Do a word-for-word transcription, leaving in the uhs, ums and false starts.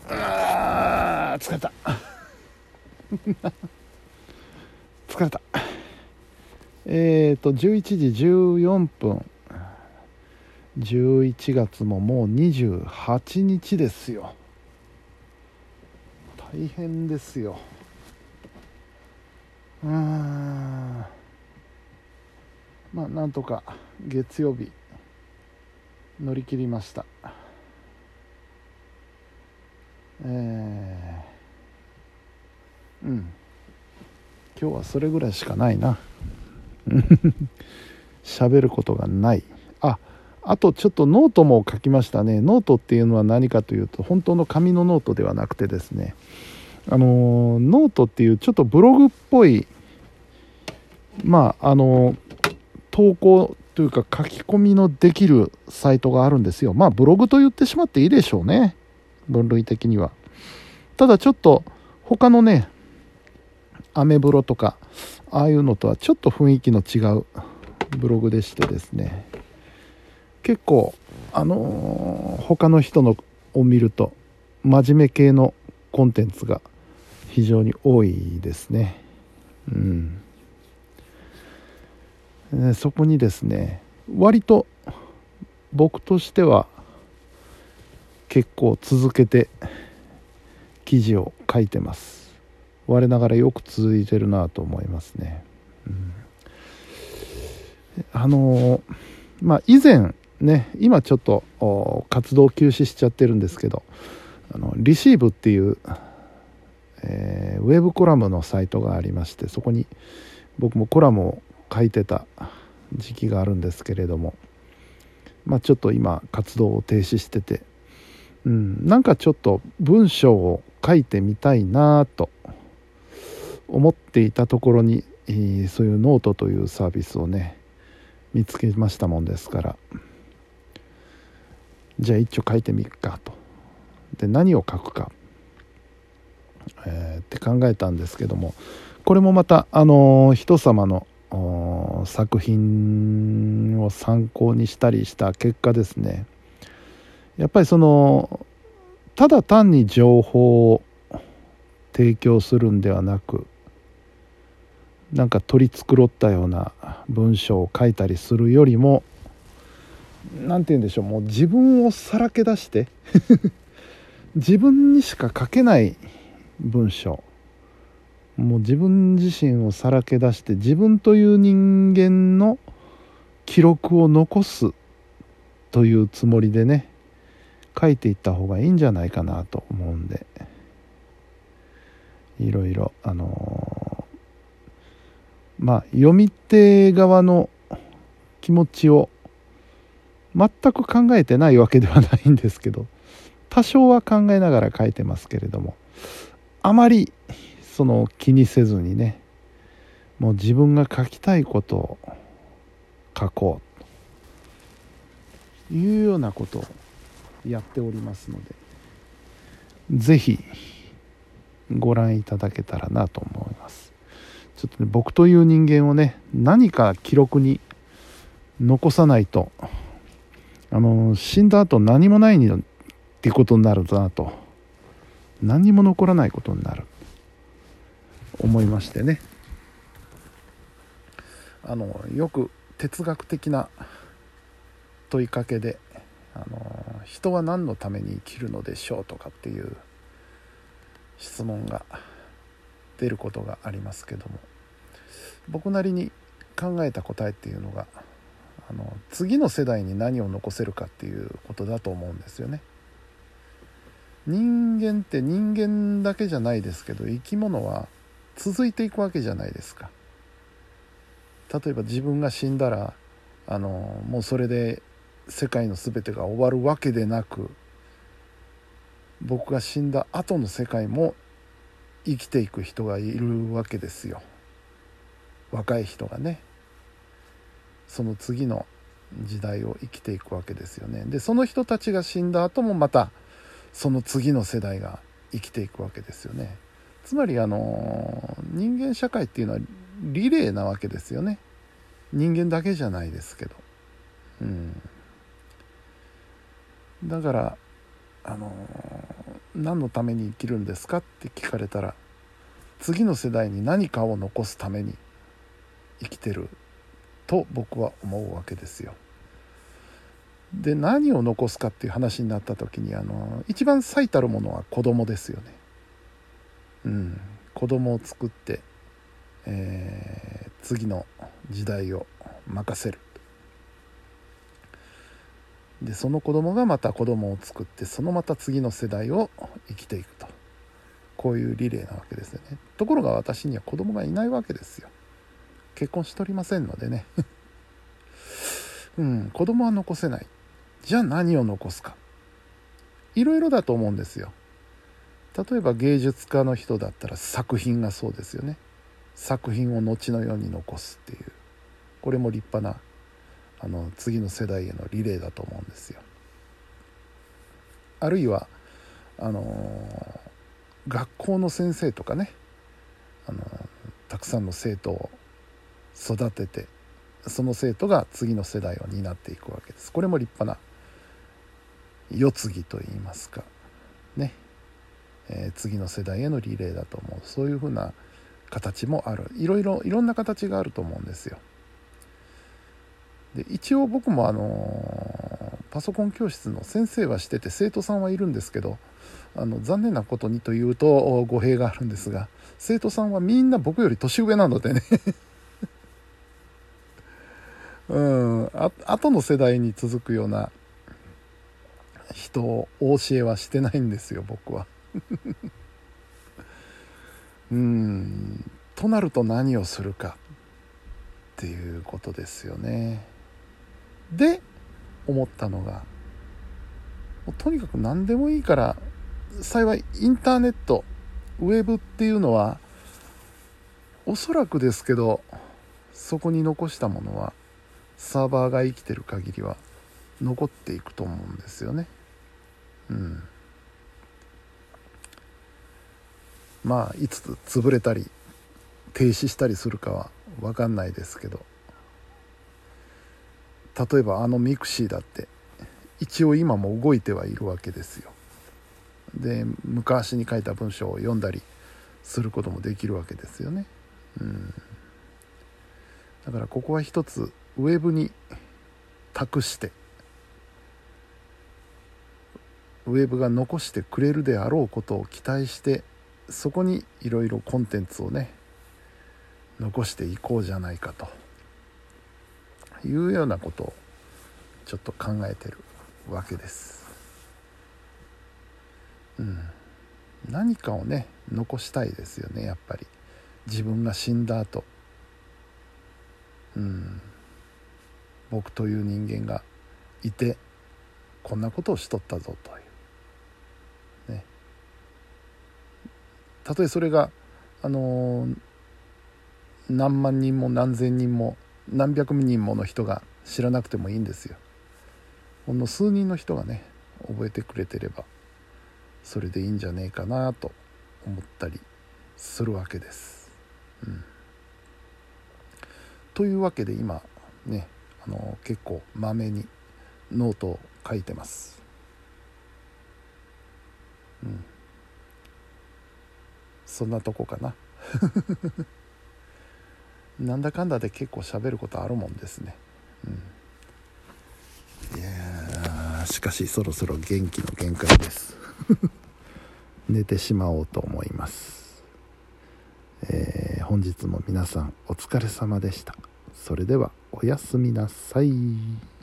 あー疲れた疲れた。えーとじゅういちじじゅうよんぷん、じゅういちがつももうにじゅうはちにちですよ。大変ですよ。うーん、まあなんとか月曜日乗り切りました。えー、うん今日はそれぐらいしかないな喋ることがない。ああとちょっとノートも書きましたね。ノートっていうのは何かというと、本当の紙のノートではなくてですね、あのノートっていうちょっとブログっぽい、まああの投稿というか書き込みのできるサイトがあるんですよ。まあブログと言ってしまっていいでしょうね、分類的には。ただちょっと他のね、アメブロとかああいうのとはちょっと雰囲気の違うブログでしてですね、結構あのー他の人のを見ると真面目系のコンテンツが非常に多いですね。うんでそこにですね、割と僕としては結構続けて記事を書いてます。我ながらよく続いてるなと思いますね。うん、あのまあ以前ね、今ちょっと活動休止しちゃってるんですけど、あのリシーブっていう、えーウェブコラムのサイトがありまして、そこに僕もコラムを書いてた時期があるんですけれども、まあちょっと今活動を停止してて、うん、なんかちょっと文章を書いてみたいなと思っていたところに、えーそういうノートというサービスをね見つけましたもんですから、じゃあ一応書いてみるかと。で何を書くか、えーって考えたんですけども、これもまたあのー人様の作品を参考にしたりした結果ですね、やっぱりそのただ単に情報を提供するんではなく、なんか取り繕ったような文章を書いたりするよりも、なんて言うんでしょう、もう自分をさらけ出して自分にしか書けない文章、もう自分自身をさらけ出して自分という人間の記録を残すというつもりでね書いていった方がいいんじゃないかなと思うんで、いろいろあのー、まあ読み手側の気持ちを全く考えてないわけではないんですけど、多少は考えながら書いてますけれども、あまりその気にせずにね、もう自分が書きたいことを書こうというようなことをやっておりますので、ぜひご覧いただけたらなと思います。ちょっとね、僕という人間をね何か記録に残さないと、あの死んだ後何もないってことになるなと、何にも残らないことになる思いましてね、あのよく哲学的な問いかけで、あの人は何のために生きるのでしょうとかっていう質問が出ることがありますけども、僕なりに考えた答えっていうのが、あの次の世代に何を残せるかっていうことだと思うんですよね。人間って人間だけじゃないですけど、生き物は続いていくわけじゃないですか。例えば自分が死んだら、あのもうそれで世界の全てが終わるわけでなく、僕が死んだ後の世界も生きていく人がいるわけですよ。若い人がね、その次の時代を生きていくわけですよね。でその人たちが死んだ後もまたその次の世代が生きていくわけですよね。つまりあの人間社会っていうのはリレーなわけですよね。人間だけじゃないですけど、うん、だからあの何のために生きるんですかって聞かれたら、次の世代に何かを残すために生きてると僕は思うわけですよ。で、何を残すかっていう話になった時に、あの一番最たるものは子供ですよね。うん、子供を作って、えー、次の時代を任せる。でその子供がまた子供を作って、そのまた次の世代を生きていくと、こういうリレーなわけですよね。ところが私には子供がいないわけですよ。結婚しておりませんのでねうん、子供は残せない。じゃあ何を残すか、いろいろだと思うんですよ。例えば芸術家の人だったら作品がそうですよね。作品を後の世に残すっていう、これも立派なあの次の世代へのリレーだと思うんですよ。あるいはあのー、学校の先生とかね、あのー、たくさんの生徒を育てて、その生徒が次の世代を担っていくわけです。これも立派な世継ぎといいますかね、えー、次の世代へのリレーだと思う。そういうふうな形もある。いろいろいろんな形があると思うんですよ。で一応僕もあのー、パソコン教室の先生はしてて、生徒さんはいるんですけど、あの残念なことにというと語弊があるんですが、生徒さんはみんな僕より年上なのでねうんあ後の世代に続くような人をお教えはしてないんですよ、僕はうんとなると何をするかっていうことですよね。で思ったのが、とにかく何でもいいから、幸いインターネットウェブっていうのはおそらくですけど、そこに残したものはサーバーが生きてる限りは残っていくと思うんですよね。うんまあいつ潰れたり停止したりするかは分かんないですけど、例えばあのミクシーだって一応今も動いてはいるわけですよ。で昔に書いた文章を読んだりすることもできるわけですよね。うんだからここは一つウェブに託して、ウェブが残してくれるであろうことを期待して、そこにいろいろコンテンツをね残していこうじゃないかというようなことをちょっと考えてるわけです。うん、何かをね残したいですよね、やっぱり。自分が死んだ後、うん、僕という人間がいてこんなことをしとったぞというね。たとえそれがあのー、何万人も何千人も何百人もの人が知らなくてもいいんですよ。ほんの数人の人がね覚えてくれてればそれでいいんじゃねえかなと思ったりするわけです。うん、というわけで今ねあの結構まめにノートを書いてます。うん、そんなとこかななんだかんだで結構喋ることあるもんですね。うん、いやしかしそろそろ元気の限界です寝てしまおうと思います。えー、本日も皆さんお疲れ様でした。それではおやすみなさい。